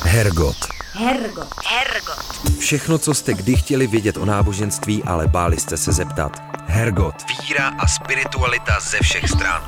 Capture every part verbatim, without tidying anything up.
Hergot. Hergot. Hergot. Všechno, co jste kdy chtěli vědět o náboženství, ale báli jste se zeptat. Hergot. Víra a spiritualita ze všech stran.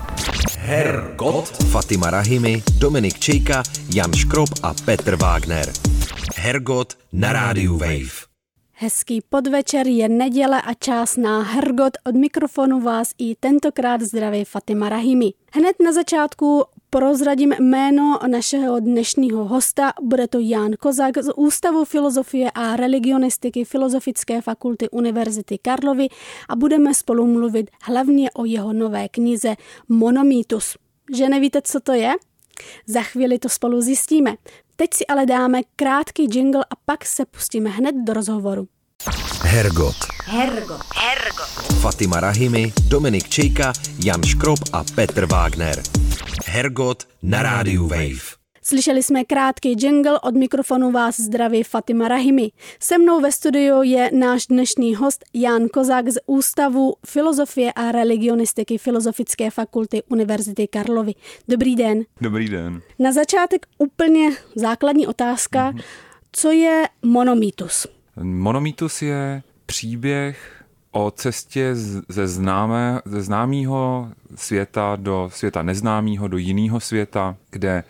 Hergot. Fatima Rahimi, Dominik Čejka, Jan Škrob a Petr Wagner. Hergot na rádiu Wave. Hezký podvečer, je neděle a čas na Hergot. Od mikrofonu vás i tentokrát zdraví Fatima Rahimi. Hned na začátku prozradím jméno našeho dnešního hosta. Bude to Jan Kozák z Ústavu filozofie a religionistiky Filozofické fakulty Univerzity Karlovy a budeme spolu mluvit hlavně o jeho nové knize Monomýtus. Že nevíte, co to je? Za chvíli to spolu zjistíme. Teď si ale dáme krátký jingle a pak se pustíme hned do rozhovoru. Hergot. Hergot. Hergot. Fatima Rahimi, Dominik Čejka, Jan Škrob a Petr Wagner. Hergot na rádiu Wave. Slyšeli jsme krátký jingle, od mikrofonu vás zdraví Fatima Rahimi. Se mnou ve studiu je náš dnešní host Jan Kozák z Ústavu filozofie a religionistiky Filozofické fakulty Univerzity Karlovy. Dobrý den. Dobrý den. Na začátek úplně základní otázka. Mm-hmm. Co je monomýtus? Monomýtus je příběh o cestě ze, známé, ze známého světa do světa neznámého, do jiného světa, kde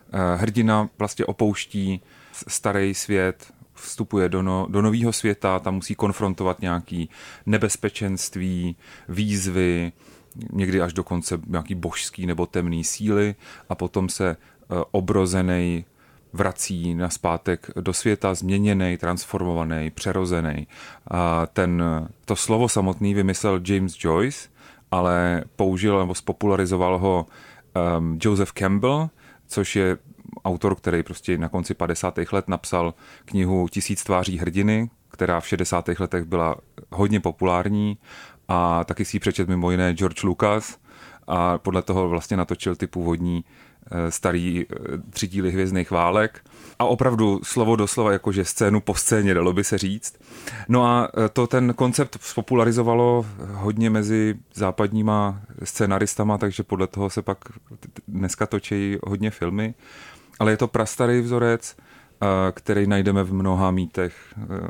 hrdina vlastně opouští starý svět, vstupuje do, no, do nového světa, tam musí konfrontovat nějaké nebezpečenství, výzvy, někdy až dokonce nějaký božský nebo temný síly a potom se obrozený vrací nazpátek do světa, změněný, transformovaný, přerozený. A ten, to slovo samotný vymyslel James Joyce, ale použil nebo spopularizoval ho um, Joseph Campbell, což je autor, který prostě na konci padesátých let napsal knihu Tisíc tváří hrdiny, která v šedesátých letech byla hodně populární a taky si ji přečet mimo jiné George Lucas a podle toho vlastně natočil ty původní starý tři díly Hvězdných válek a opravdu slovo doslova jakože scénu po scéně, dalo by se říct. No a to ten koncept spopularizovalo hodně mezi západníma scénaristama, takže podle toho se pak dneska točí hodně filmy, ale je to prastarý vzorec, který najdeme v mnoha mýtech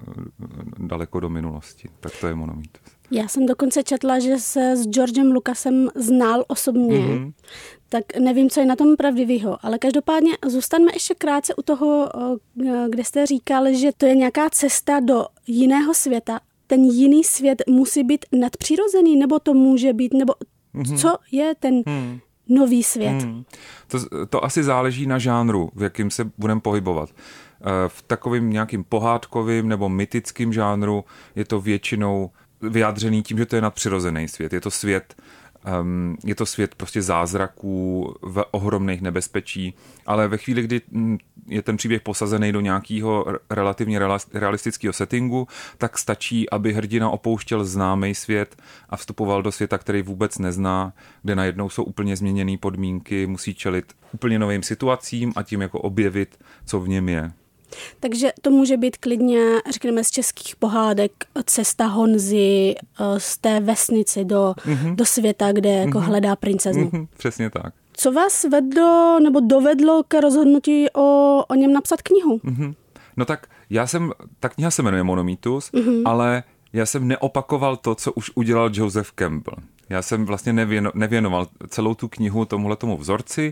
daleko do minulosti. Tak to je monomýtus. Já jsem dokonce četla, že se s Georgem Lucasem znal osobně, mm-hmm. tak nevím, co je na tom pravdivýho, ale každopádně zůstaňme ještě krátce u toho, kde jste říkal, že to je nějaká cesta do jiného světa. Ten jiný svět musí být nadpřirozený, nebo to může být, nebo mm-hmm. co je ten mm. nový svět? Mm. To, to asi záleží na žánru, v jakým se budeme pohybovat. V takovým nějakým pohádkovým nebo mytickým žánru je to většinou vyjádřený tím, že to je nadpřirozený svět. Je to svět, um, je to svět prostě zázraků, v ohromných nebezpečí, ale ve chvíli, kdy je ten příběh posazený do nějakého relativně realistického settingu, tak stačí, aby hrdina opouštěl známý svět a vstupoval do světa, který vůbec nezná, kde najednou jsou úplně změněné podmínky, musí čelit úplně novým situacím a tím jako objevit, co v něm je. Takže to může být klidně, řekněme, z českých pohádek cesta Honzy z té vesnice do, mm-hmm. do světa, kde jako mm-hmm. hledá princeznu. Mm-hmm. Přesně tak. Co vás vedlo nebo dovedlo k rozhodnutí o, o něm napsat knihu? Mm-hmm. No tak já jsem, ta kniha se jmenuje Monomýtus, mm-hmm. ale já jsem neopakoval to, co už udělal Joseph Campbell. Já jsem vlastně nevěno, nevěnoval celou tu knihu tomuhletomu vzorci.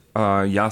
Já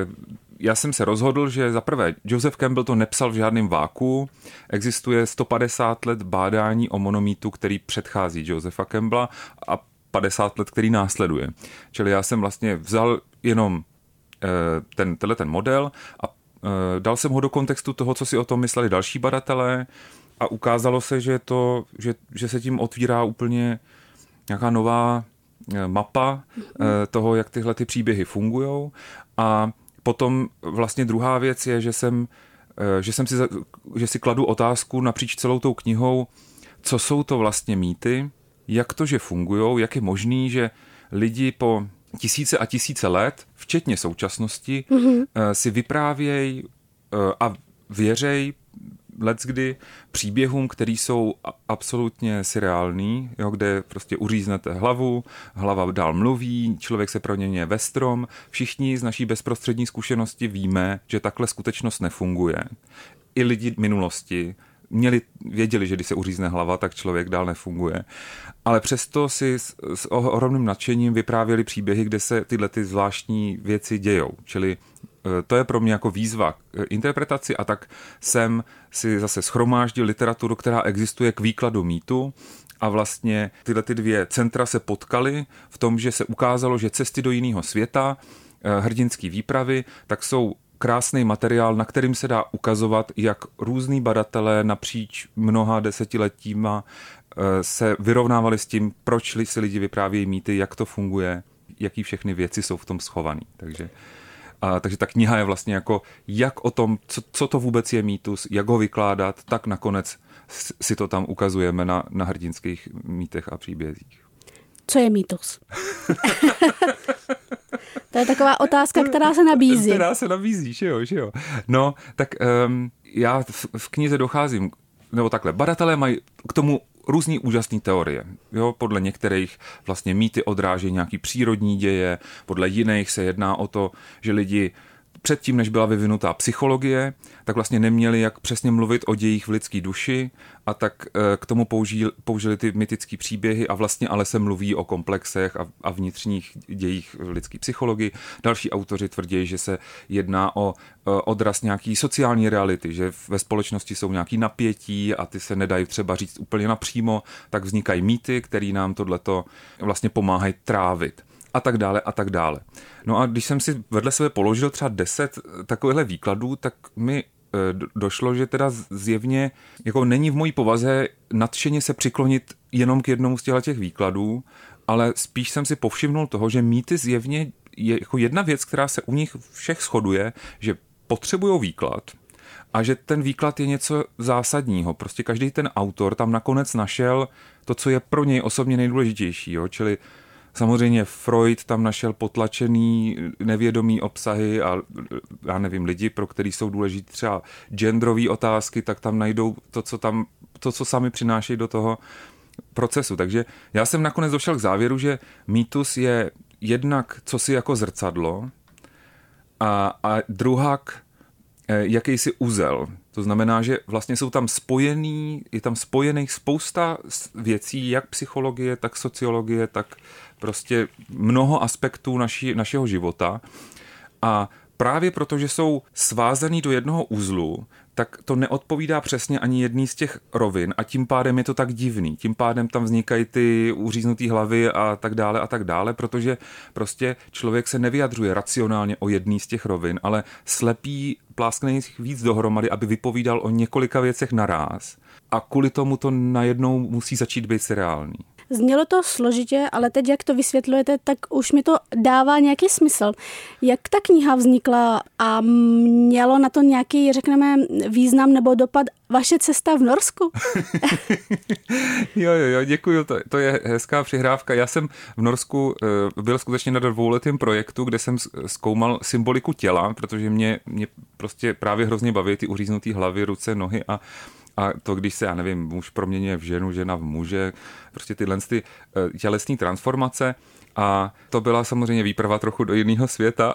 Já jsem se rozhodl, že za prvé Joseph Campbell to nepsal v žádném váku. Existuje sto padesát let bádání o monomýtu, který předchází Josepha Campbella a padesát let, který následuje. Čili já jsem vlastně vzal jenom ten, tenhle ten model a dal jsem ho do kontextu toho, co si o tom mysleli další badatelé a ukázalo se, že, to, že, že se tím otvírá úplně nějaká nová mapa toho, jak tyhle ty příběhy fungujou. A potom vlastně druhá věc je, že jsem, že jsem si, že si kladu otázku napříč celou tou knihou, co jsou to vlastně mýty, jak to, že fungujou, jak je možný, že lidi po tisíce a tisíce let, včetně současnosti, mm-hmm. si vyprávějí a věřej leckdy příběhům, které jsou absolutně surreální, jo, kde prostě uříznete hlavu, hlava dál mluví, člověk se proměňuje ve strom. Všichni z naší bezprostřední zkušenosti víme, že takhle skutečnost nefunguje. I lidi minulosti měli, věděli, že když se uřízne hlava, tak člověk dál nefunguje. Ale přesto si s, s ohromným nadšením vyprávěli příběhy, kde se tyhle ty zvláštní věci dějou. Čili to je pro mě jako výzva k interpretaci a tak jsem si zase shromáždil literaturu, která existuje k výkladu mýtu a vlastně tyhle ty dvě centra se potkaly v tom, že se ukázalo, že cesty do jiného světa, hrdinský výpravy, tak jsou krásný materiál, na kterým se dá ukazovat, jak různý badatelé napříč mnoha desetiletíma se vyrovnávali s tím, proč si lidi vyprávějí mýty, jak to funguje, jaký všechny věci jsou v tom schovaný. Takže, a, takže ta kniha je vlastně jako, jak o tom, co, co to vůbec je mýtus, jak ho vykládat, tak nakonec si to tam ukazujeme na, na hrdinských mýtech a příbězích. Co je mýtus? To je taková otázka, která se nabízí. Která se nabízí, že jo, že jo. No, tak um, já v, v knize docházím, nebo takhle, badatelé mají k tomu různý úžasné teorie. Jo, podle některých vlastně mýty odráží nějaký přírodní děje, podle jiných se jedná o to, že lidi předtím, než byla vyvinutá psychologie, tak vlastně neměli jak přesně mluvit o dějích v lidské duši a tak k tomu použili, použili ty mytické příběhy a vlastně ale se mluví o komplexech a, a vnitřních dějích v lidské psychologii. Další autoři tvrdí, že se jedná o odraz nějaký sociální reality, že ve společnosti jsou nějaký napětí a ty se nedají třeba říct úplně napřímo, tak vznikají mýty, které nám tohleto vlastně pomáhají trávit. A tak dále, a tak dále. No a když jsem si vedle sebe položil třeba deset takovýchhle výkladů, tak mi došlo, že teda zjevně jako není v mojí povaze nadšeně se přiklonit jenom k jednomu z těch výkladů, ale spíš jsem si povšimnul toho, že mýty zjevně je jako jedna věc, která se u nich všech shoduje, že potřebují výklad a že ten výklad je něco zásadního. Prostě každý ten autor tam nakonec našel to, co je pro něj osobně nejdůležitější, jo? Čili samozřejmě Freud tam našel potlačený nevědomý obsahy a já nevím, lidi, pro který jsou důležité třeba genderové otázky, tak tam najdou to, co tam, to, co sami přinášejí do toho procesu. Takže já jsem nakonec došel k závěru, že mýtus je jednak cosi jako zrcadlo a, a druhak jakýsi uzel. To znamená, že vlastně jsou tam spojený, je tam spojených spousta věcí, jak psychologie, tak sociologie, tak prostě mnoho aspektů naši, našeho života. A právě proto, že jsou svázaný do jednoho uzlu, tak to neodpovídá přesně ani jedný z těch rovin a tím pádem je to tak divný. Tím pádem tam vznikají ty uříznutý hlavy a tak dále a tak dále, protože prostě člověk se nevyjadřuje racionálně o jedný z těch rovin, ale slepí, pláskne jich víc dohromady, aby vypovídal o několika věcech naráz a kvůli tomu to najednou musí začít být seriální. Znělo to složitě, ale teď, jak to vysvětlujete, tak už mi to dává nějaký smysl. Jak ta kniha vznikla a mělo na to nějaký, řekneme, význam nebo dopad vaše cesta v Norsku? jo, jo, jo, děkuju, to, to je hezká přihrávka. Já jsem v Norsku byl skutečně na dvouletém projektu, kde jsem zkoumal symboliku těla, protože mě, mě prostě právě hrozně baví ty uříznutý hlavy, ruce, nohy a A to, když se, já nevím, muž proměňuje v ženu, žena v muže, prostě tyhle ty tělesní transformace. A to byla samozřejmě výprava trochu do jiného světa.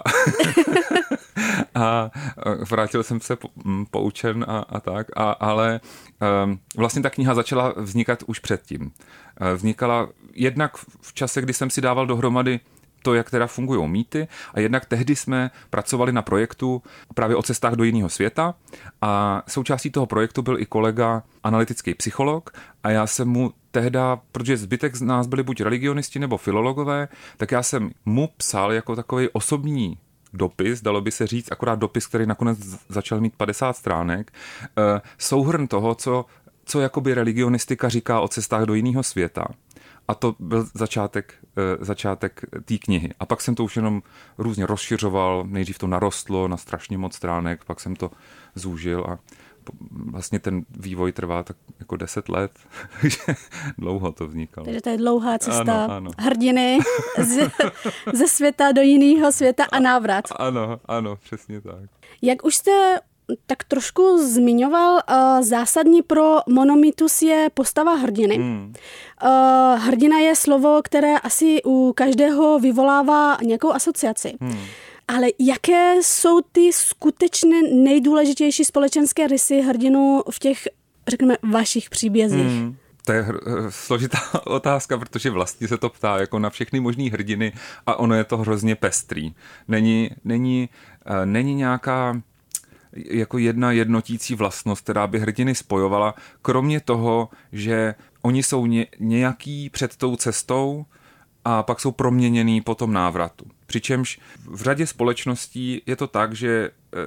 A vrátil jsem se poučen a, a tak. A, ale um, vlastně ta kniha začala vznikat už předtím. Vznikala jednak v čase, kdy jsem si dával dohromady to, jak teda fungují mýty a jednak tehdy jsme pracovali na projektu právě o cestách do jiného světa a součástí toho projektu byl i kolega analytický psycholog a já jsem mu tehda, protože zbytek z nás byli buď religionisti nebo filologové, tak já jsem mu psal jako takový osobní dopis, dalo by se říct, akorát dopis, který nakonec začal mít padesát stránek, souhrn toho, co, co jakoby religionistika říká o cestách do jiného světa. A to byl začátek, začátek té knihy. A pak jsem to už jenom různě rozšiřoval, nejdřív to narostlo na strašně moc stránek, pak jsem to zúžil a vlastně ten vývoj trvá tak jako deset let, takže dlouho to vznikalo. Takže to je dlouhá cesta ano, ano. hrdiny z, ze světa do jiného světa a návrat. Ano, ano, přesně tak. Jak už jste tak trošku zmiňoval, uh, zásadní pro monomytus je postava hrdiny. Hmm. Uh, hrdina je slovo, které asi u každého vyvolává nějakou asociaci. Hmm. Ale jaké jsou ty skutečně nejdůležitější společenské rysy hrdinu v těch, řekněme, vašich příbězích? Hmm. To je hr- složitá otázka, protože vlastně se to ptá jako na všechny možný hrdiny a ono je to hrozně pestrý. Není, není, uh, není nějaká jako jedna jednotící vlastnost, která by hrdiny spojovala, kromě toho, že oni jsou ně, nějaký před tou cestou a pak jsou proměněný po tom návratu. Přičemž v řadě společností je to tak, že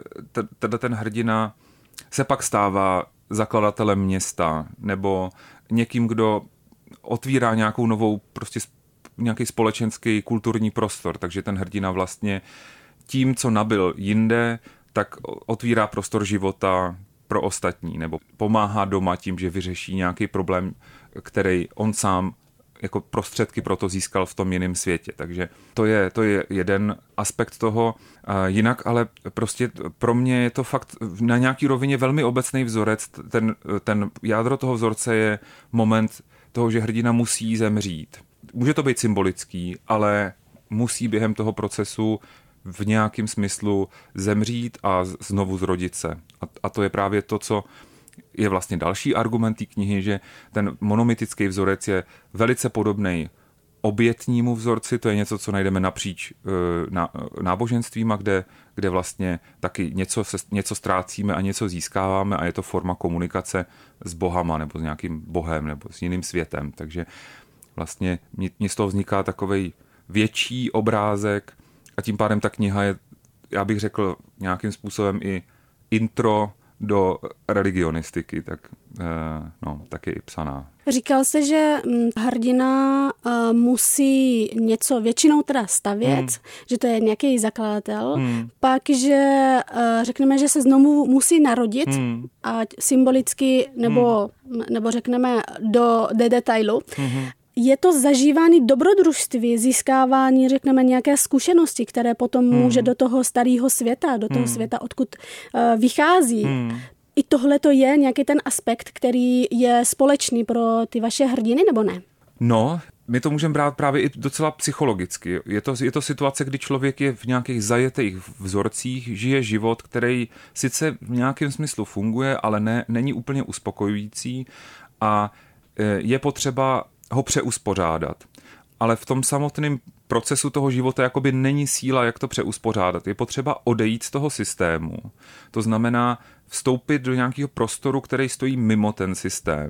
teda ten hrdina se pak stává zakladatelem města nebo někým, kdo otvírá nějakou novou, prostě nějaký společenský kulturní prostor, takže ten hrdina vlastně tím, co nabyl jinde, tak otvírá prostor života pro ostatní nebo pomáhá doma tím, že vyřeší nějaký problém, který on sám jako prostředky pro to získal v tom jiném světě. Takže to je, to je jeden aspekt toho. Jinak ale prostě pro mě je to fakt na nějaký rovině velmi obecný vzorec. Ten, ten jádro toho vzorce je moment toho, že hrdina musí zemřít. Může to být symbolický, ale musí během toho procesu v nějakém smyslu zemřít a znovu zrodit se. A, a to je právě to, co je vlastně další argument té knihy, že ten monomytický vzorec je velice podobný obětnímu vzorci, to je něco, co najdeme napříč na, náboženstvíma, kde, kde vlastně taky něco, se, něco ztrácíme a něco získáváme a je to forma komunikace s bohama nebo s nějakým bohem nebo s jiným světem. Takže vlastně mně z toho vzniká takovej větší obrázek a tím pádem ta kniha je, já bych řekl, nějakým způsobem i intro do religionistiky, tak no, taky i psaná. Říkal se, že hrdina uh, musí něco většinou teda stavět, hmm. že to je nějaký zakladatel, hmm. pak, že uh, řekneme, že se znovu musí narodit, hmm. ať symbolicky nebo, hmm. nebo řekneme do, do detailu. Hmm. Je to zažívání dobrodružství, získávání, řekneme, nějaké zkušenosti, které potom hmm. může do toho starého světa, do toho hmm. světa, odkud uh, vychází. Hmm. I tohle to je nějaký ten aspekt, který je společný pro ty vaše hrdiny, nebo ne? No, my to můžeme brát právě i docela psychologicky. Je to, je to situace, kdy člověk je v nějakých zajetých vzorcích, žije život, který sice v nějakém smyslu funguje, ale ne, není úplně uspokojující a je potřeba ho přeuspořádat. Ale v tom samotném procesu toho života jakoby není síla, jak to přeuspořádat. Je potřeba odejít z toho systému. To znamená vstoupit do nějakého prostoru, který stojí mimo ten systém.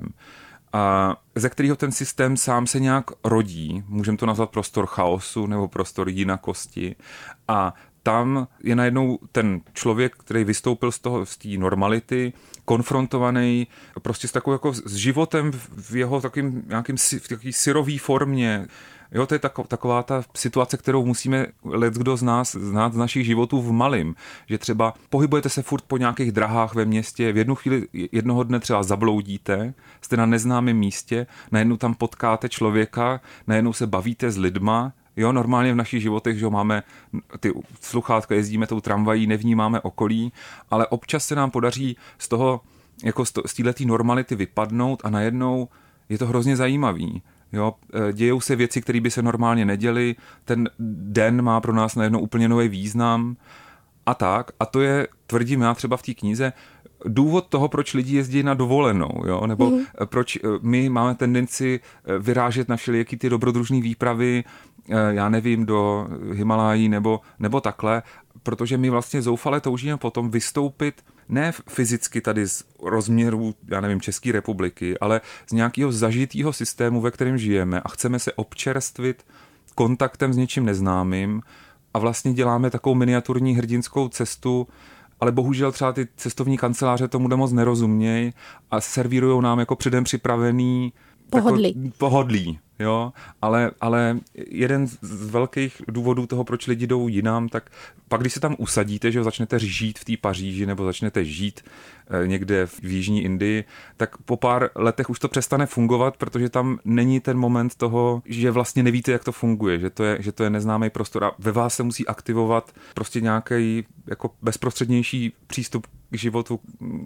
A ze kterého ten systém sám se nějak rodí. Můžeme to nazvat prostor chaosu nebo prostor jinakosti. A tam je najednou ten člověk, který vystoupil z toho, z té normality, konfrontovaný prostě s takovou jako s životem v jeho takovým nějakým v takové syrový formě. Jo, to je taková, taková ta situace, kterou musíme leckdo z nás znát z našich životů v malým, že třeba pohybujete se furt po nějakých drahách ve městě, v jednu chvíli jednoho dne třeba zabloudíte, jste na neznámém místě, najednou tam potkáte člověka, najednou se bavíte s lidma. Jo, normálně v našich životech, že máme ty sluchátka, jezdíme tou tramvají, nevnímáme okolí, ale občas se nám podaří z toho, jako z téhletý normality vypadnout a najednou je to hrozně zajímavý. Jo, dějou se věci, které by se normálně neděly, ten den má pro nás najednou úplně nový význam a tak. A to je, tvrdím já třeba v té knize, důvod toho, proč lidi jezdí na dovolenou, jo? Nebo mm. proč my máme tendenci vyrážet na všelijaký ty dobrodružné výpravy, já nevím, do Himalájí nebo, nebo takhle, protože my vlastně zoufale toužíme potom vystoupit ne fyzicky tady z rozměrů, já nevím, České republiky, ale z nějakého zažitého systému, ve kterém žijeme a chceme se občerstvit kontaktem s něčím neznámým a vlastně děláme takovou miniaturní hrdinskou cestu, ale bohužel třeba ty cestovní kanceláře tomu moc nerozumějí a servírujou nám jako předem připravený pohodlí. Tako, pohodlí, jo, ale, ale jeden z velkých důvodů toho, proč lidi jdou jinam, tak pak, když se tam usadíte, že začnete žít v té Paříži nebo začnete žít někde v jižní Indii, tak po pár letech už to přestane fungovat, protože tam není ten moment toho, že vlastně nevíte, jak to funguje, že to je, že to je neznámý prostor a ve vás se musí aktivovat prostě nějaký jako bezprostřednější přístup k životu,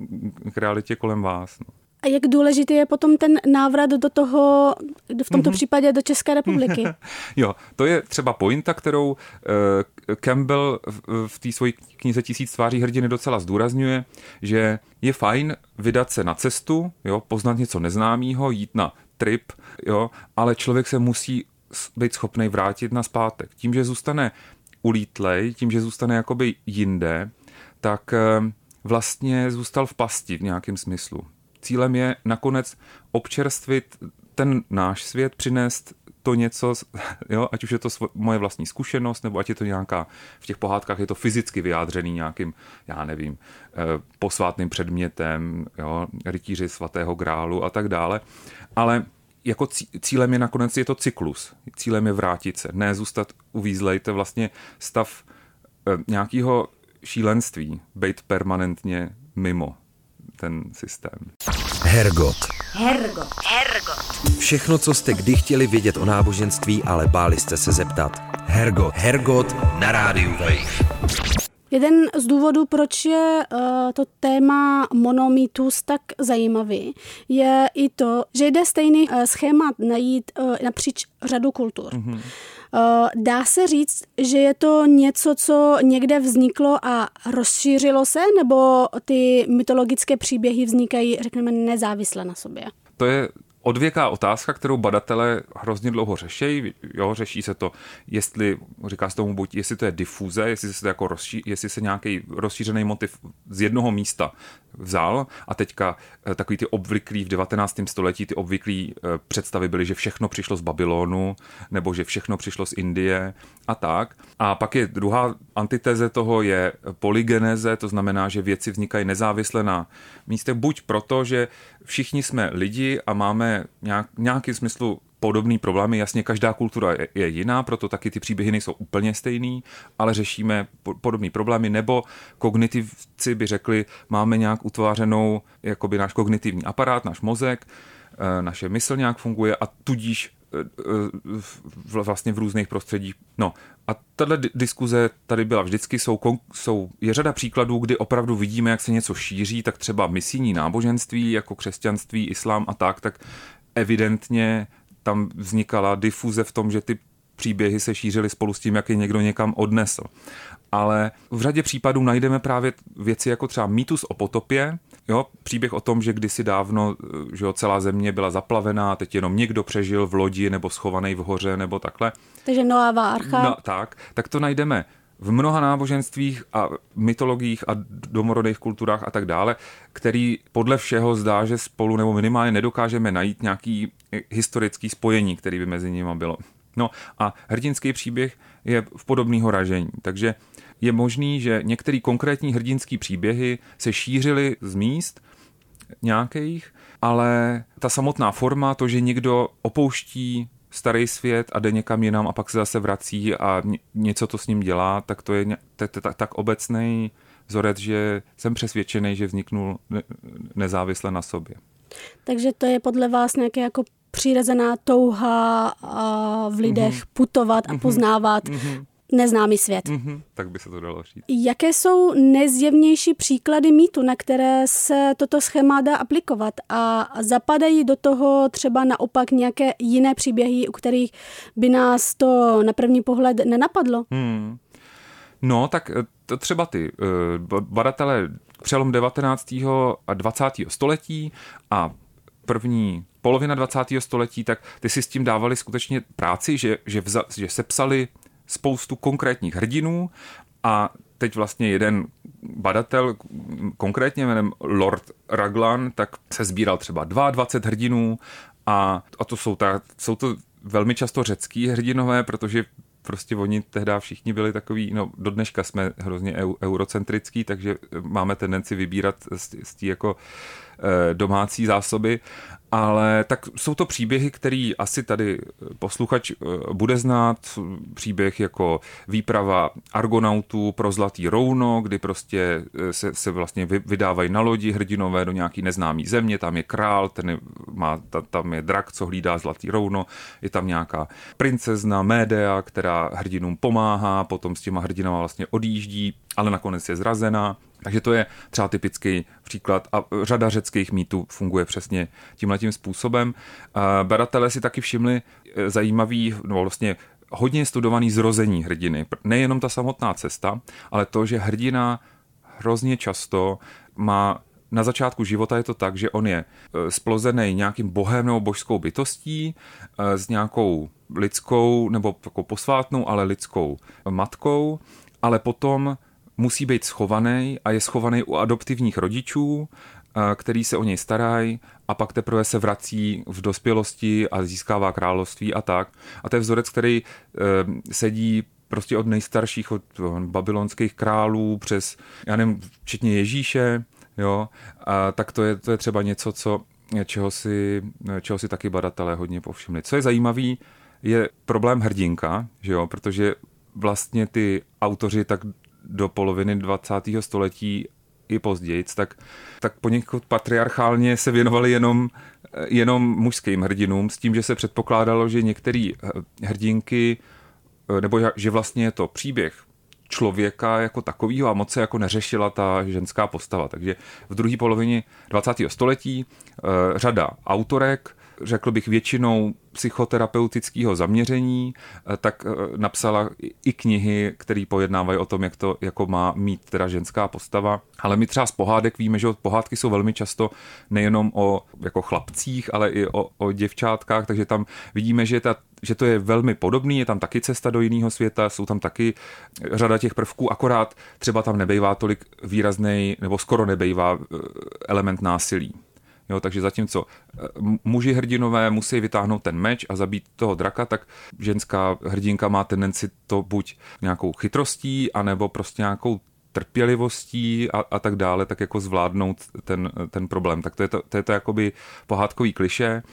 k realitě kolem vás. No. A jak důležitý je potom ten návrat do toho, v tomto mm-hmm. případě do České republiky? Jo, to je třeba pointa, kterou uh, Campbell v, v té své knize Tisíc tváří hrdiny docela zdůrazňuje, že je fajn vydat se na cestu, jo, poznat něco neznámého, jít na trip, jo, ale člověk se musí být schopný vrátit na zpátek. Tím, že zůstane ulítlej, tím, že zůstane jakoby jinde, tak uh, vlastně zůstal v pasti v nějakém smyslu. Cílem je nakonec občerstvit ten náš svět, přinést to něco, jo, ať už je to svo, moje vlastní zkušenost, nebo ať je to nějaká, v těch pohádkách je to fyzicky vyjádřený nějakým, já nevím, posvátným předmětem, jo, rytíři svatého grálu a tak dále. Ale jako cílem je nakonec je to cyklus. Cílem je vrátit se, ne zůstat uvízlej, to je vlastně stav nějakého šílenství, být permanentně mimo ten systém. Hergot. Hergot. Hergot. Všechno, co jste kdy chtěli vědět o náboženství, ale báli jste se zeptat. Hergot. Hergot na rádiu Wave. Jeden z důvodů, proč je uh, to téma monomýtus tak zajímavý, je i to, že jde stejný uh, schémat najít uh, napříč řadu kultur. Mm-hmm. Uh, dá se říct, že je to něco, co někde vzniklo a rozšířilo se, nebo ty mytologické příběhy vznikají, řekněme, nezávisle na sobě? To je odvěká otázka, kterou badatelé hrozně dlouho řeší. Jo, řeší se to, jestli, říká se tomu buď, jestli to je difuze, jestli se, to jako rozší, jestli se nějaký rozšířený motiv z jednoho místa vzal a teďka takový ty obvyklý v devatenáctém století, ty obvyklý představy byly, že všechno přišlo z Babylonu nebo že všechno přišlo z Indie a tak. A pak je druhá antiteze toho je polygeneze, to znamená, že věci vznikají nezávisle na místech, buď proto, že všichni jsme lidi a máme nějak, nějakým smyslu podobný problémy. Jasně, každá kultura je, je jiná, proto taky ty příběhy nejsou úplně stejný, ale řešíme po, podobný problémy, nebo kognitivci by řekli, máme nějak utvářenou jakoby náš kognitivní aparát, náš mozek, naše mysl nějak funguje a tudíž vlastně v různých prostředích. No a tato diskuze tady byla vždycky, jsou, jsou, je řada příkladů, kdy opravdu vidíme, jak se něco šíří, tak třeba misijní náboženství, jako křesťanství, islám a tak, tak evidentně tam vznikala difuze v tom, že ty příběhy se šířily spolu s tím, jak je někdo někam odnesl. Ale v řadě případů najdeme právě věci jako třeba mýtus o potopě, jo, příběh o tom, že kdysi dávno, že jo, celá země byla zaplavená, teď jenom někdo přežil v lodi nebo schovaný v hoře nebo takhle. Takže Noáva archa. No, tak, tak to najdeme v mnoha náboženstvích a mytologiích a domorodých kulturách a tak dále, který podle všeho zdá, že spolu nebo minimálně nedokážeme najít nějaký historický spojení, který by mezi nimi bylo. No a hrdinský příběh je v podobného ražení, takže je možný, že některé konkrétní hrdinský příběhy se šířily z míst nějakých, ale ta samotná forma, to, že někdo opouští starý svět a jde někam jinam a pak se zase vrací a něco to s ním dělá, tak to je tak obecný vzorec, že jsem přesvědčený, že vzniknul nezávisle na sobě. Takže to je podle vás nějaké jako přirozená touha v lidech mm-hmm. putovat a poznávat mm-hmm. neznámý svět. Mm-hmm. Tak by se to dalo říct. Jaké jsou nejzjevnější příklady mýtu, na které se toto schéma dá aplikovat a zapadají do toho třeba naopak nějaké jiné příběhy, u kterých by nás to na první pohled nenapadlo? Hmm. No, tak to třeba ty badatelé přelom devatenáctého a dvacátého století a první polovina dvacátého století, tak ty si s tím dávali skutečně práci, že, že, vza, že sepsali spoustu konkrétních hrdinů a teď vlastně jeden badatel, konkrétně jménem Lord Raglan, tak se sbíral třeba dvacet dva hrdinů a, a to jsou, ta, jsou to velmi často řecký hrdinové, protože prostě oni tehdy všichni byli takový, no do dneška jsme hrozně eu, eurocentrický, takže máme tendenci vybírat z, z tí jako e, domácí zásoby, ale tak jsou to příběhy, který asi tady posluchač bude znát, příběh jako výprava argonautů pro Zlatý rouno, kdy prostě se, se vlastně vydávají na lodi hrdinové do nějaký neznámý země, tam je král, ten má, tam je drak, co hlídá Zlatý rouno, je tam nějaká princezna Médea, která hrdinům pomáhá, potom s těma hrdinama vlastně odjíždí, ale nakonec je zrazená. Takže to je třeba typický příklad a řada řeckých mýtů funguje přesně tímhletím způsobem. Badatelé si taky všimli zajímavý, no vlastně hodně studovaný zrození hrdiny. Nejenom ta samotná cesta, ale to, že hrdina hrozně často má na začátku života je to tak, že on je splozený nějakým bohem nebo božskou bytostí s nějakou lidskou nebo jako posvátnou, ale lidskou matkou, ale potom musí být schovaný a je schovaný u adoptivních rodičů, který se o něj starají a pak teprve se vrací v dospělosti a získává království a tak. A to je vzorec, který sedí prostě od nejstarších, od babylonských králů přes, já nevím, včetně Ježíše, jo, a tak to je, to je třeba něco, co, čeho, si, čeho si taky badatelé hodně povšimli. Co je zajímavý, je problém hrdinka, že jo, protože vlastně ty autoři tak do poloviny dvacátého století i později, tak, tak poněkud patriarchálně se věnovali jenom, jenom mužským hrdinům s tím, že se předpokládalo, že některé hrdinky, nebo že vlastně je to příběh člověka jako takovýho a moc se jako neřešila ta ženská postava. Takže v druhé polovině dvacátého století řada autorek, řekl bych většinou psychoterapeutického zaměření, tak napsala i knihy, které pojednávají o tom, jak to jako má mít teda ženská postava. Ale my třeba z pohádek víme, že pohádky jsou velmi často nejenom o jako chlapcích, ale i o, o děvčátkách, takže tam vidíme, že, ta, že to je velmi podobný, je tam taky cesta do jiného světa, jsou tam taky řada těch prvků, akorát třeba tam nebejvá tolik výraznej, nebo skoro nebejvá element násilí. Jo, takže zatímco muži hrdinové musí vytáhnout ten meč a zabít toho draka, tak ženská hrdinka má tendenci to buď nějakou chytrostí, anebo prostě nějakou trpělivostí a, a tak dále, tak jako zvládnout ten, ten problém. Tak to je to, to je to jakoby pohádkový klišé.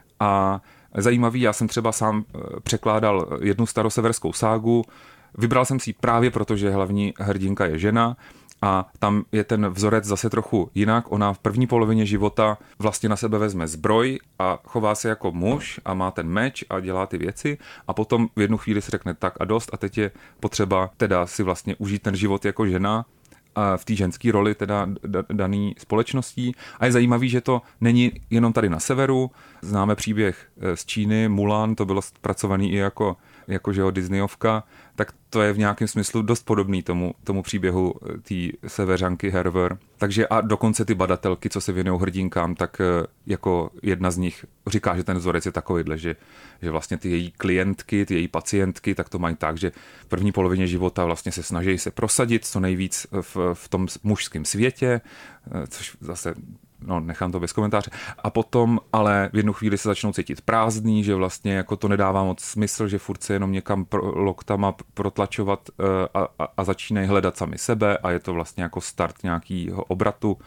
A zajímavý, já jsem třeba sám překládal jednu staroseverskou ságu, vybral jsem si ji právě proto, že hlavní hrdinka je žena, a tam je ten vzorec zase trochu jinak. Ona v první polovině života vlastně na sebe vezme zbroj a chová se jako muž a má ten meč a dělá ty věci a potom v jednu chvíli si řekne tak a dost a teď je potřeba teda si vlastně užít ten život jako žena a v té ženské roli teda daný společností. A je zajímavý, že to není jenom tady na severu. Známe příběh z Číny, Mulan, to bylo zpracovaný i jako, jako že jo, Disneyovka, tak to je v nějakém smyslu dost podobný tomu, tomu příběhu té seveřanky Herver. Takže a dokonce ty badatelky, co se věnují hrdinkám, tak jako jedna z nich říká, že ten vzorec je takovýhle, že, že vlastně ty její klientky, ty její pacientky, tak to mají tak, že v první polovině života vlastně se snaží se prosadit co nejvíc v, v tom mužském světě, což zase no, nechám to bez komentáře. A potom ale v jednu chvíli se začnou cítit prázdný, že vlastně jako to nedává moc smysl, že furt se jenom někam pro, loktama protlačovat a, a, a začínají hledat sami sebe a je to vlastně jako start nějakého obratu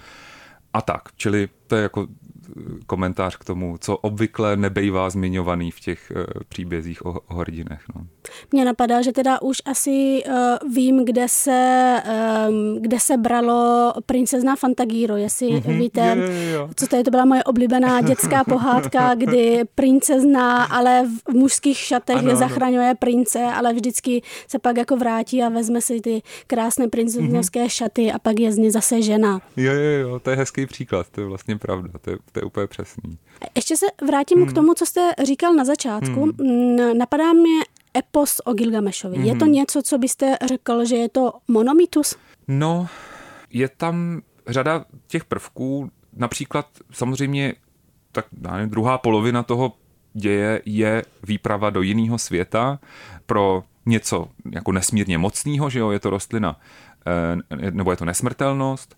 a tak. Čili to je jako komentář k tomu, co obvykle nebejvá zmiňovaný v těch uh, příbězích o, o hrdinech. No. Mně napadá, že teda už asi uh, vím, kde se, um, kde se bralo Princezna Fantagiro, jestli mm-hmm. víte, jo, jo, jo. co to je, to byla moje oblíbená dětská pohádka, kdy princezna, ale v mužských šatech ano, zachraňuje ano. prince, ale vždycky se pak jako vrátí a vezme si ty krásné princeznovské mm-hmm. šaty a pak je z ní zase žena. Jo, jo, jo, to je hezký příklad, to je vlastně pravda, to je, to je úplně přesný. Ještě se vrátím hmm. k tomu, co jste říkal na začátku. Hmm. Napadá mě epos o Gilgamešovi. Hmm. Je to něco, co byste řekl, že je to monomytus? No, je tam řada těch prvků, například samozřejmě tak nevím, druhá polovina toho děje je výprava do jiného světa pro něco jako nesmírně mocného, že jo, je to rostlina, nebo je to nesmrtelnost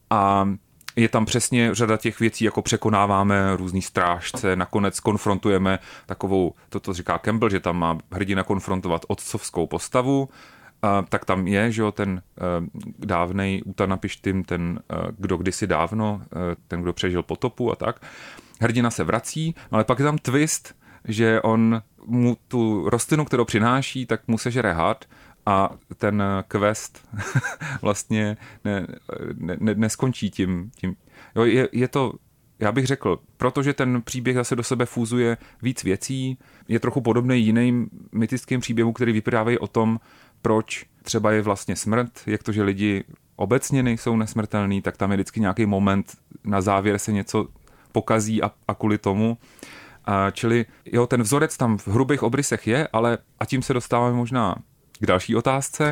a je tam přesně řada těch věcí, jako překonáváme různý strážce, nakonec konfrontujeme takovou, toto říká Campbell, že tam má hrdina konfrontovat otcovskou postavu, a tak tam je, že jo, ten uh, dávnej Utanapištym, ten, uh, kdo kdysi dávno, uh, ten, kdo přežil potopu a tak. Hrdina se vrací, ale pak je tam twist, že on mu tu rostlinu, kterou přináší, tak mu sežere had, a ten quest vlastně ne, ne, ne, neskončí tím. tím. Jo, je, je to, já bych řekl, protože ten příběh zase do sebe fúzuje víc věcí, je trochu podobný jiným mytickým příběhům, který vyprávějí o tom, proč třeba je vlastně smrt, jak to, že lidi obecně nejsou nesmrtelný, tak tam je vždycky nějaký moment, na závěr se něco pokazí a, a kvůli tomu. A čili jo, ten vzorec tam v hrubých obrysech je, ale a tím se dostáváme možná k další otázce.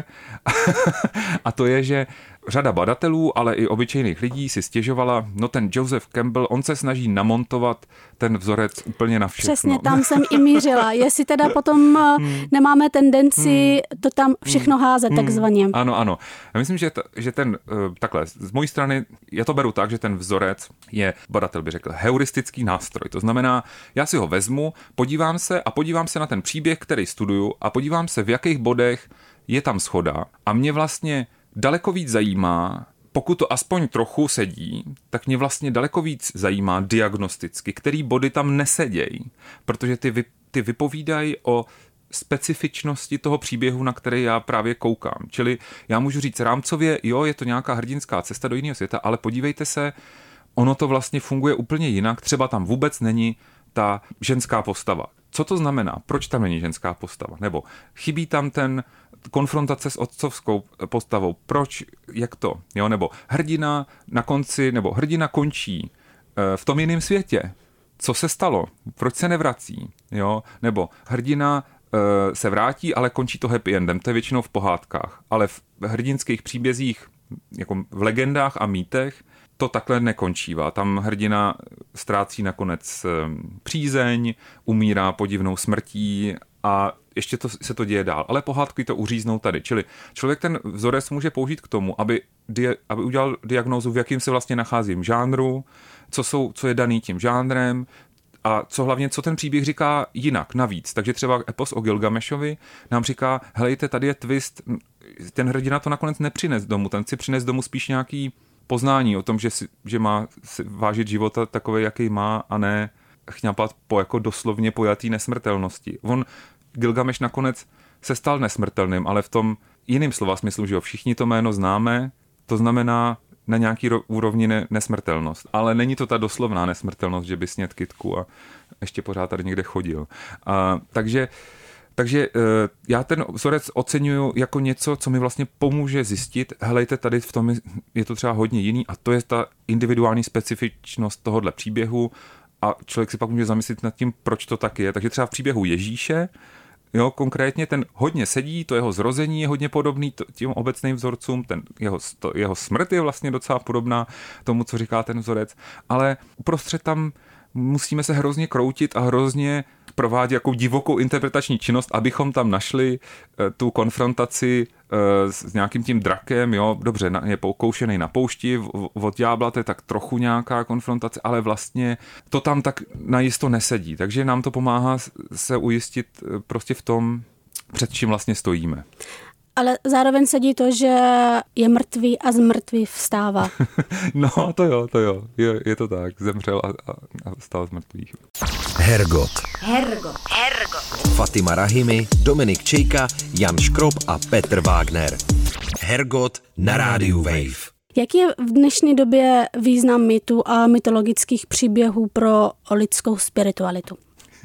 A to je, že řada badatelů, ale i obyčejných lidí si stěžovala, no ten Joseph Campbell, on se snaží namontovat ten vzorec úplně na všechno. Přesně, tam jsem i mířila. Jestli teda potom hmm. nemáme tendenci hmm. to tam všechno házet, hmm. takzvaně. Ano, ano. Já myslím, že, t- že ten, takhle, z mojí strany, já to beru tak, že ten vzorec je, badatel by řekl, heuristický nástroj. To znamená, já si ho vezmu, podívám se a podívám se na ten příběh, který studuju a podívám se, v jakých bodech je tam shoda a mě vlastně daleko víc zajímá, pokud to aspoň trochu sedí, tak mě vlastně daleko víc zajímá diagnosticky, který body tam nesedějí, protože ty, vy, ty vypovídají o specifičnosti toho příběhu, na který já právě koukám. Čili já můžu říct rámcově, jo, je to nějaká hrdinská cesta do jiného světa, ale podívejte se, ono to vlastně funguje úplně jinak, třeba tam vůbec není ta ženská postava. Co to znamená? Proč tam není ženská postava? Nebo chybí tam ten konfrontace s otcovskou postavou. Proč? Jak to? Jo? Nebo hrdina na konci, nebo hrdina končí v tom jiném světě. Co se stalo? Proč se nevrací? Jo? Nebo hrdina se vrátí, ale končí to happy endem. To je většinou v pohádkách. Ale v hrdinských příbězích, jako v legendách a mýtech, to takhle nekončívá. Tam hrdina ztrácí nakonec přízeň, umírá podivnou smrtí a ještě to, se to děje dál. Ale pohádky to uříznou tady. Čili člověk ten vzorec může použít k tomu, aby, dia, aby udělal diagnózu, v jakým se vlastně nacházím žánru, co, jsou, co je daný tím žánrem a co hlavně, co ten příběh říká jinak, navíc. Takže třeba epos o Gilgamešovi nám říká, helejte, tady je twist, ten hrdina to nakonec nepřines domů, ten si přines domů spíš nějaký poznání o tom, že, si, že má si vážit života takový, jaký má a ne chňapat po jako doslovně pojatý nesmrtelnosti. On, Gilgameš nakonec se stal nesmrtelným, ale v tom jiným slova smyslu, že jo, všichni to jméno známe, to znamená na nějaký ro- úrovni ne- nesmrtelnost. Ale není to ta doslovná nesmrtelnost, že by sněd kytku a ještě pořád tady někde chodil. A, takže Takže já ten vzorec oceňuju jako něco, co mi vlastně pomůže zjistit, helejte, tady v tom je to třeba hodně jiný a to je ta individuální specifičnost tohohle příběhu a člověk si pak může zamyslet nad tím, proč to tak je. Takže třeba v příběhu Ježíše, jo, konkrétně ten hodně sedí, to jeho zrození je hodně podobný těm obecným vzorcům, ten jeho, to, jeho smrt je vlastně docela podobná tomu, co říká ten vzorec, ale uprostřed tam musíme se hrozně kroutit a hrozně provádět jako divokou interpretační činnost, abychom tam našli uh, tu konfrontaci uh, s nějakým tím drakem, jo, dobře, na, je pokoušený na poušti, v, od ďábla to je tak trochu nějaká konfrontace, ale vlastně to tam tak najisto nesedí, takže nám to pomáhá se ujistit uh, prostě v tom, před čím vlastně stojíme. Ale zároveň sedí to, že je mrtvý a z mrtvých vstává. No, to jo, to jo. Je, je to tak. Zemřel a, a, a vstal z mrtvých. Hergot. Hergot. Hergot. Fatima Rahimi, Dominik Čejka, Jan Škrob a Petr Wagner. Hergot na rádiu Wave. Jaký je v dnešní době význam mýtů a mytologických příběhů pro lidskou spiritualitu?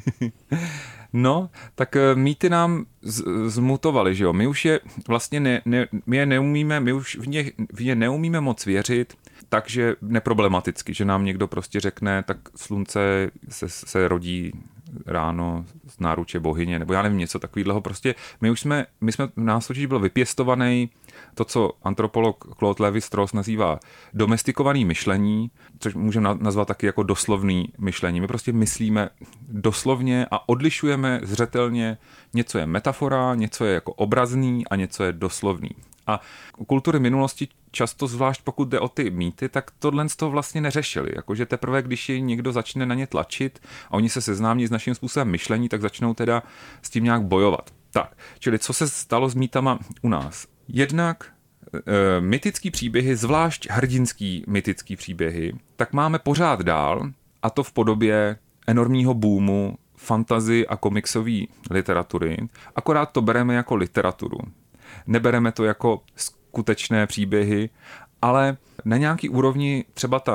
No, tak mýty nám z, zmutovaly, že jo. My už je vlastně ne, ne, my je neumíme, my už v ně, v ně neumíme moc věřit, takže neproblematicky, že nám někdo prostě řekne, tak slunce se, se rodí ráno z náruče bohyně, nebo já nevím, něco takového. Prostě my už jsme, my jsme, nás totiž byl vypěstovaný to, co antropolog Claude Lévi-Strauss nazývá domestikovaný myšlení, což můžeme nazvat taky jako doslovný myšlení. My prostě myslíme doslovně a odlišujeme zřetelně, něco je metafora, něco je jako obrazný a něco je doslovný. A kultury minulosti často, zvlášť pokud jde o ty mýty, tak tohle z toho vlastně neřešili. Jakože teprve, když je někdo začne na ně tlačit a oni se seznámí s naším způsobem myšlení, tak začnou teda s tím nějak bojovat. Tak, čili co se stalo s mýtama u nás? Jednak e, mytický příběhy, zvlášť hrdinský mytický příběhy, tak máme pořád dál, a to v podobě enormního boomu fantasy a komiksové literatury, akorát to bereme jako literaturu. Nebereme to jako skutečné příběhy, ale na nějaký úrovni třeba ta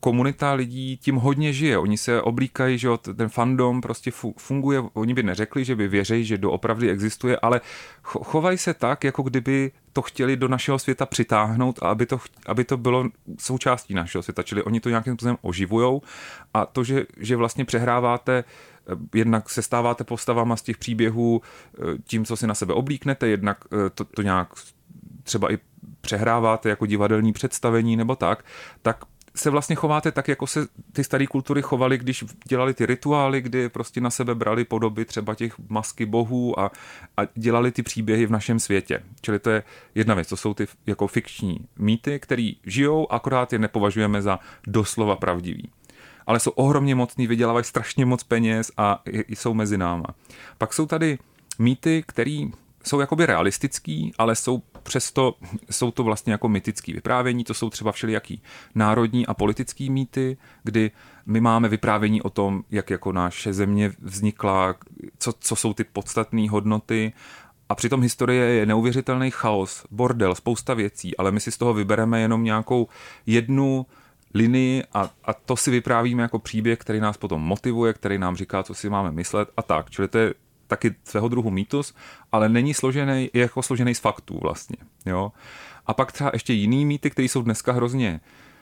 komunita lidí tím hodně žije. Oni se oblíkají, že ten fandom prostě funguje, oni by neřekli, že by věří, že doopravdy existuje, ale chovají se tak, jako kdyby to chtěli do našeho světa přitáhnout a aby to, aby to bylo součástí našeho světa. Čili oni to nějakým způsobem oživujou a to, že, že vlastně přehráváte, jednak se stáváte postavama z těch příběhů tím, co si na sebe oblíknete, jednak to, to nějak třeba i přehráváte jako divadelní představení nebo tak, tak se vlastně chováte tak, jako se ty staré kultury chovaly, když dělali ty rituály, kdy prostě na sebe brali podoby třeba těch masky bohů a, a dělali ty příběhy v našem světě. Čili to je jedna věc, to jsou ty jako fikční mýty, které žijou, akorát je nepovažujeme za doslova pravdivý. Ale jsou ohromně mocný, vydělávají strašně moc peněz a jsou mezi náma. Pak jsou tady mýty, které jsou jakoby realistický, ale jsou přesto, jsou to vlastně jako mytický vyprávění, to jsou třeba všelijaký národní a politický mýty, kdy my máme vyprávění o tom, jak jako naše země vznikla, co, co jsou ty podstatné hodnoty a přitom historie je neuvěřitelný chaos, bordel, spousta věcí, ale my si z toho vybereme jenom nějakou jednu linii a, a to si vyprávíme jako příběh, který nás potom motivuje, který nám říká, co si máme myslet a tak. Čili to je taky svého druhu mýtus, ale není složený, je jako složený z faktů vlastně. Jo? A pak třeba ještě jiný mýty, které jsou dneska hrozně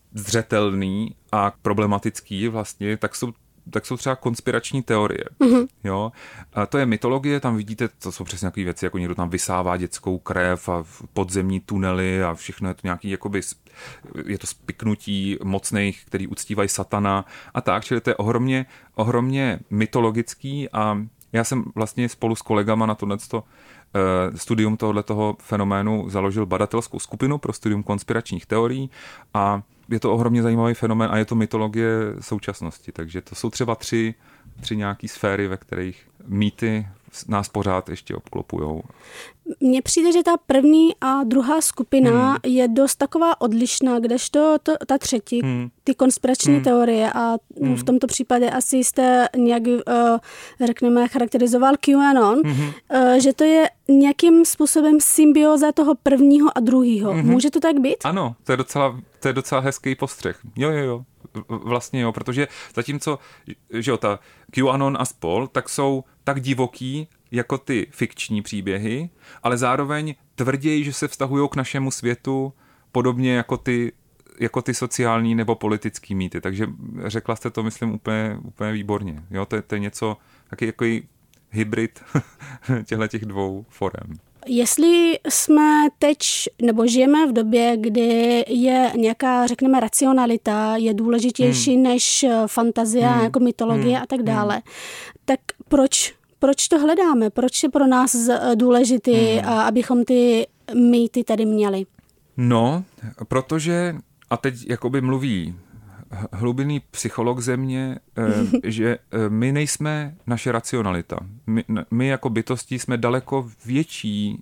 zřetelný a problematický vlastně, tak jsou, tak jsou třeba konspirační teorie. Mm-hmm. Jo? A to je mytologie, tam vidíte, to jsou přesně nějaké věci, jako někdo tam vysává dětskou krev a podzemní tunely a všechno je to nějaký, jakoby, je to spiknutí mocných, který uctívají satana a tak, čili to je ohromně, ohromně mytologický a já jsem vlastně spolu s kolegama na tohleto uh, studium tohoto fenoménu založil badatelskou skupinu pro studium konspiračních teorií a je to ohromně zajímavý fenomén a je to mytologie současnosti. Takže to jsou třeba tři, tři nějaký sféry, ve kterých mýty nás pořád ještě obklopujou. Mně přijde, že ta první a druhá skupina hmm. je dost taková odlišná, kdežto to, ta třetí, hmm. ty konspirační hmm. teorie a hmm. v tomto případě asi jste nějak, uh, řekneme, charakterizoval QAnon, hmm. uh, že to je nějakým způsobem symbioza toho prvního a druhého. Hmm. Může to tak být? Ano, to je docela, to je docela hezký postřeh. Jo, jo, jo. Vlastně jo, protože zatímco, že jo, ta QAnon a spol, tak jsou tak divoký jako ty fikční příběhy, ale zároveň tvrději, že se vztahují k našemu světu podobně jako ty, jako ty sociální nebo politický mýty. Takže řekla jste to, myslím, úplně, úplně výborně. Jo, to je, to je něco, taky jako hybrid těchto těch dvou forem. Jestli jsme teď, nebo žijeme v době, kdy je nějaká, řekneme, racionalita, je důležitější hmm. než fantazie, hmm. jako mytologie hmm. a tak dále, hmm. tak proč, proč to hledáme? Proč je pro nás důležitý, hmm. abychom ty mýty tady měli? No, protože, a teď jakoby mluví hlubinný psycholog země, že my nejsme naše racionalita. My, my jako bytosti jsme daleko větší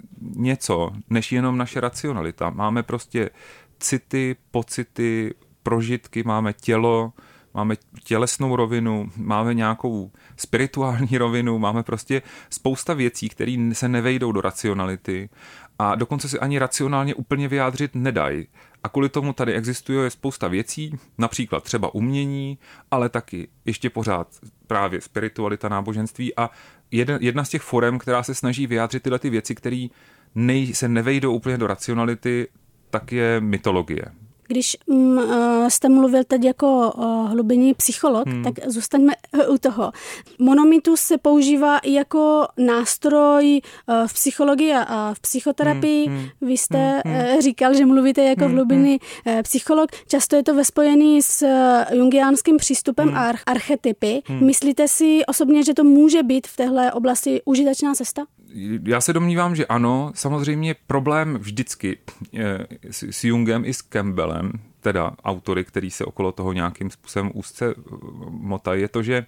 něco, než jenom naše racionalita. Máme prostě city, pocity, prožitky, máme tělo, máme tělesnou rovinu, máme nějakou spirituální rovinu, máme prostě spousta věcí, které se nevejdou do racionality a dokonce si ani racionálně úplně vyjádřit nedají. A kvůli tomu tady existuje spousta věcí, například třeba umění, ale taky ještě pořád právě spiritualita, náboženství a jedna, jedna z těch forem, která se snaží vyjádřit tyhle ty věci, které nej, se nevejdou úplně do racionality, tak je mytologie. Když mm, jste mluvil teď jako uh, hlubinný psycholog, hmm. tak zůstaňme u toho. Monomytus se používá i jako nástroj uh, v psychologii a v psychoterapii. Hmm. Vy jste hmm. uh, říkal, že mluvíte jako hmm. hlubinný uh, psycholog. Často je to ve spojení s uh, jungiánským přístupem hmm. a archetypy. Hmm. Myslíte si osobně, že to může být v téhle oblasti užitečná cesta? Já se domnívám, že ano. Samozřejmě problém vždycky je, s, s Jungem i s Campbellem, teda autory, který se okolo toho nějakým způsobem úzce motají, je to, že,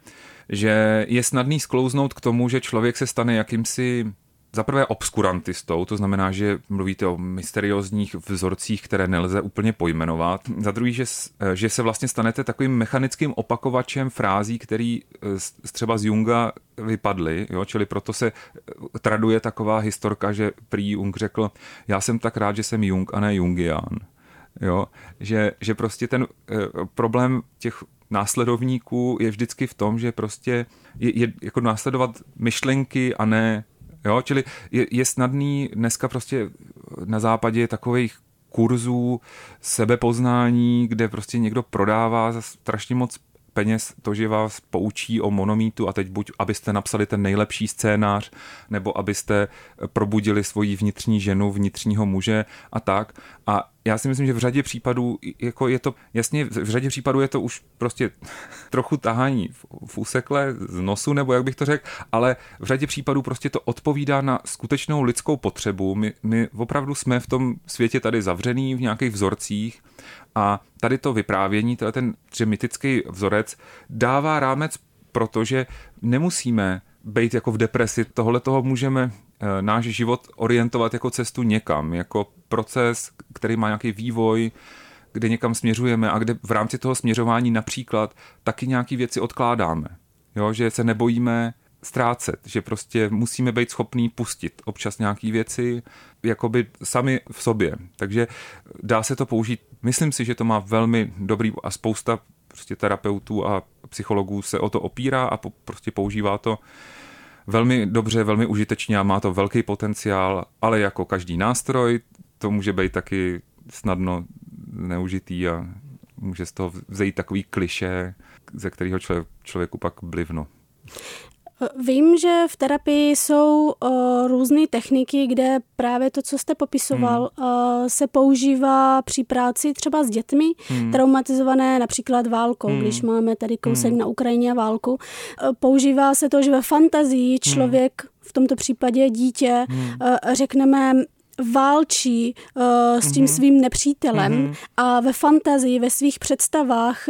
že je snadný sklouznout k tomu, že člověk se stane jakýmsi zaprvé obskurantistou, to znamená, že mluvíte o mysteriózních vzorcích, které nelze úplně pojmenovat. Za druhý, že, že se vlastně stanete takovým mechanickým opakovačem frází, který třeba z Junga vypadly, jo? Čili proto se traduje taková historka, že prý Jung řekl, já jsem tak rád, že jsem Jung a ne Jungián. Jo? Že, že prostě ten e, problém těch následovníků je vždycky v tom, že prostě je, je jako následovat myšlenky a ne, jo, čili je, je snadný dneska prostě na západě takových kurzů sebepoznání, kde prostě někdo prodává za strašně moc peněz to, že vás poučí o monomýtu a teď buď, abyste napsali ten nejlepší scénář, nebo abyste probudili svoji vnitřní ženu, vnitřního muže a tak. A já si myslím, že v řadě případů, jako je to, jasně, v řadě případů je to už prostě trochu tahání v úsekle z nosu, nebo jak bych to řekl, ale v řadě případů prostě to odpovídá na skutečnou lidskou potřebu. My, my opravdu jsme v tom světě tady zavřený v nějakých vzorcích a tady to vyprávění, tady ten že mytický vzorec dává rámec, protože nemusíme být jako v depresi. Tohle toho můžeme e, náš život orientovat jako cestu někam, jako proces, který má nějaký vývoj, kde někam směřujeme a kde v rámci toho směřování například taky nějaký věci odkládáme. Jo, že se nebojíme ztrácet, že prostě musíme být schopní pustit občas nějaký věci jakoby sami v sobě. Takže dá se to použít. Myslím si, že to má velmi dobrý a spousta prostě terapeutů a psychologů se o to opírá a po, prostě používá to velmi dobře, velmi užitečně a má to velký potenciál, ale jako každý nástroj to může být taky snadno neužitý a může z toho vzejít takový klišé, ze kterého člověk, člověku pak blivno. Vím, že v terapii jsou uh, různé techniky, kde právě to, co jste popisoval, hmm. uh, se používá při práci třeba s dětmi, hmm. traumatizované například válkou, hmm. když máme tady kousek hmm. na Ukrajině a válku. Uh, používá se to, že ve fantazii člověk, hmm. v tomto případě dítě, hmm. uh, řekneme, válčí uh, s tím mm-hmm. svým nepřítelem mm-hmm. a ve fantazii, ve svých představách uh,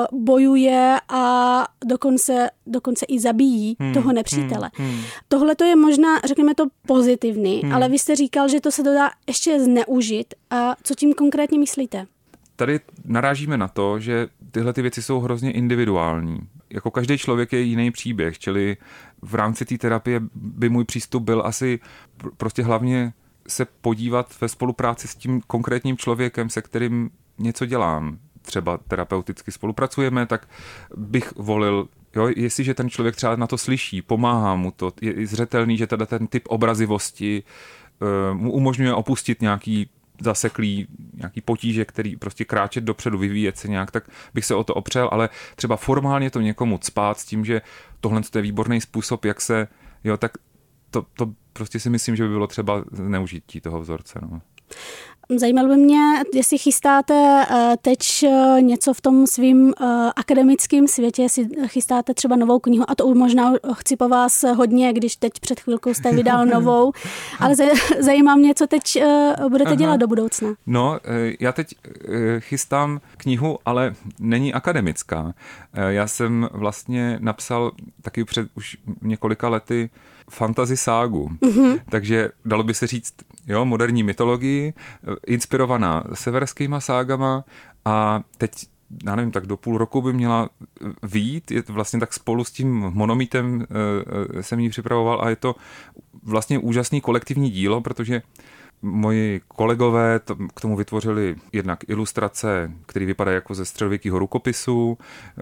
bojuje a dokonce, dokonce i zabíjí mm-hmm. toho nepřítele. Mm-hmm. Tohle to je možná, řekněme to pozitivní, mm-hmm. ale vy jste říkal, že to se dodá ještě zneužit. A co tím konkrétně myslíte? Tady narážíme na to, že tyhle ty věci jsou hrozně individuální. Jako každý člověk je jiný příběh, čili v rámci té terapie by můj přístup byl asi prostě hlavně se podívat ve spolupráci s tím konkrétním člověkem, se kterým něco dělám. Třeba terapeuticky spolupracujeme, tak bych volil, jo, jestliže ten člověk třeba na to slyší, pomáhá mu to, je zřetelný, že teda ten typ obrazivosti uh, mu umožňuje opustit nějaký zaseklý, nějaký potíže, který prostě kráčet dopředu, vyvíjet se nějak, tak bych se o to opřel, ale třeba formálně to někomu cpát s tím, že tohle je výborný způsob, jak se, jo, tak to, to prostě si myslím, že by bylo třeba zneužití toho vzorce. No. Zajímalo by mě, jestli chystáte teď něco v tom svým akademickém světě, jestli chystáte třeba novou knihu, a to možná chci po vás hodně, když teď před chvilkou jste vydal novou, ale zajímá mě, co teď budete Aha. dělat do budoucna. No, já teď chystám knihu, ale není akademická. Já jsem vlastně napsal taky před už několika lety fantasy ságu, mm-hmm. takže dalo by se říct, jo, moderní mytologii, inspirovaná severskýma ságama a teď, já nevím, tak do půl roku by měla vyjít, je to vlastně tak spolu s tím monomýtem e, jsem ji připravoval a je to vlastně úžasný kolektivní dílo, protože moji kolegové to, k tomu vytvořili jednak ilustrace, které vypadají jako ze středověkého rukopisu,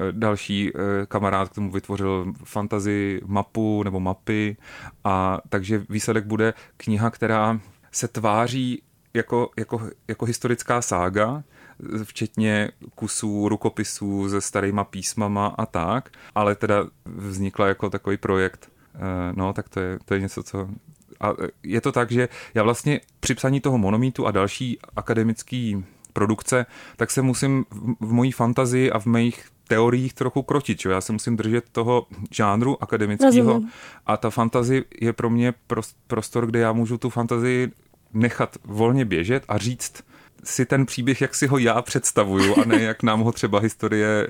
další kamarád k tomu vytvořil fantasy mapu nebo mapy a takže výsledek bude kniha, která se tváří jako, jako, jako historická sága, včetně kusů rukopisů se starýma písmama a tak, ale teda vznikla jako takový projekt. No, tak to je, to je něco, co... A je to tak, že já vlastně při psaní toho monomýtu a další akademický produkce, tak se musím v mojí fantazii a v mých teoriích trochu krotit. Čo? Já se musím držet toho žánru akademického. Rozumím. A ta fantazie je pro mě prostor, kde já můžu tu fantazii nechat volně běžet a říct si ten příběh, jak si ho já představuju a ne jak nám ho třeba historie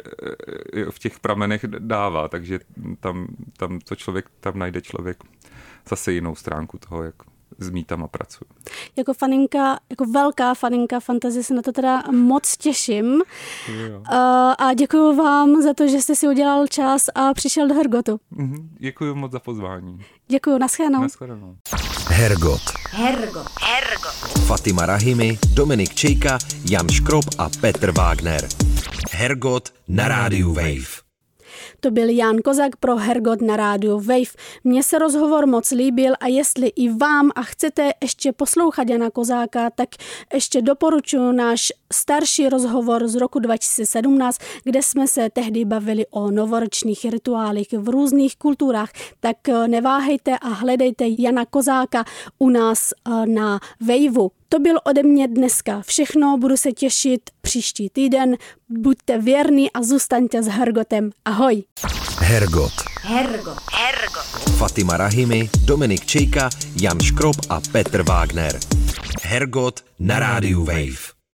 v těch pramenech dává. Takže tam, tam to člověk, tam najde člověk zase jinou stránku toho, jak s mýtama pracuji. Jako faninka, jako velká faninka fantasy se na to teda moc těším. Jo. A děkuji vám za to, že jste si udělal čas a přišel do Hergotu. Mhm, děkuji moc za pozvání. Děkuji, naschledanou. Naschledanou. Hergot. Hergot. Hergot. Fatima Rahimi, Dominik Čejka, Jan Škrob a Petr Wagner. Hergot na rádiu Wave. To byl Jan Kozák pro Hergot na rádiu Wave. Mně se rozhovor moc líbil a jestli i vám a chcete ještě poslouchat Jana Kozáka, tak ještě doporučuji náš starší rozhovor z roku dva tisíce sedmnáct, kde jsme se tehdy bavili o novoročních rituálech v různých kulturách. Tak neváhejte a hledejte Jana Kozáka u nás na Waveu. To byl ode mě dneska všechno, budu se těšit příští týden. Buďte věrní a zůstaňte s Hergotem. Ahoj. Hergot. Hergot. Hergot. Fatima Rahimi, Dominik Čejka, Jan Škrob a Petr Wagner. Hergot na rádiu Wave.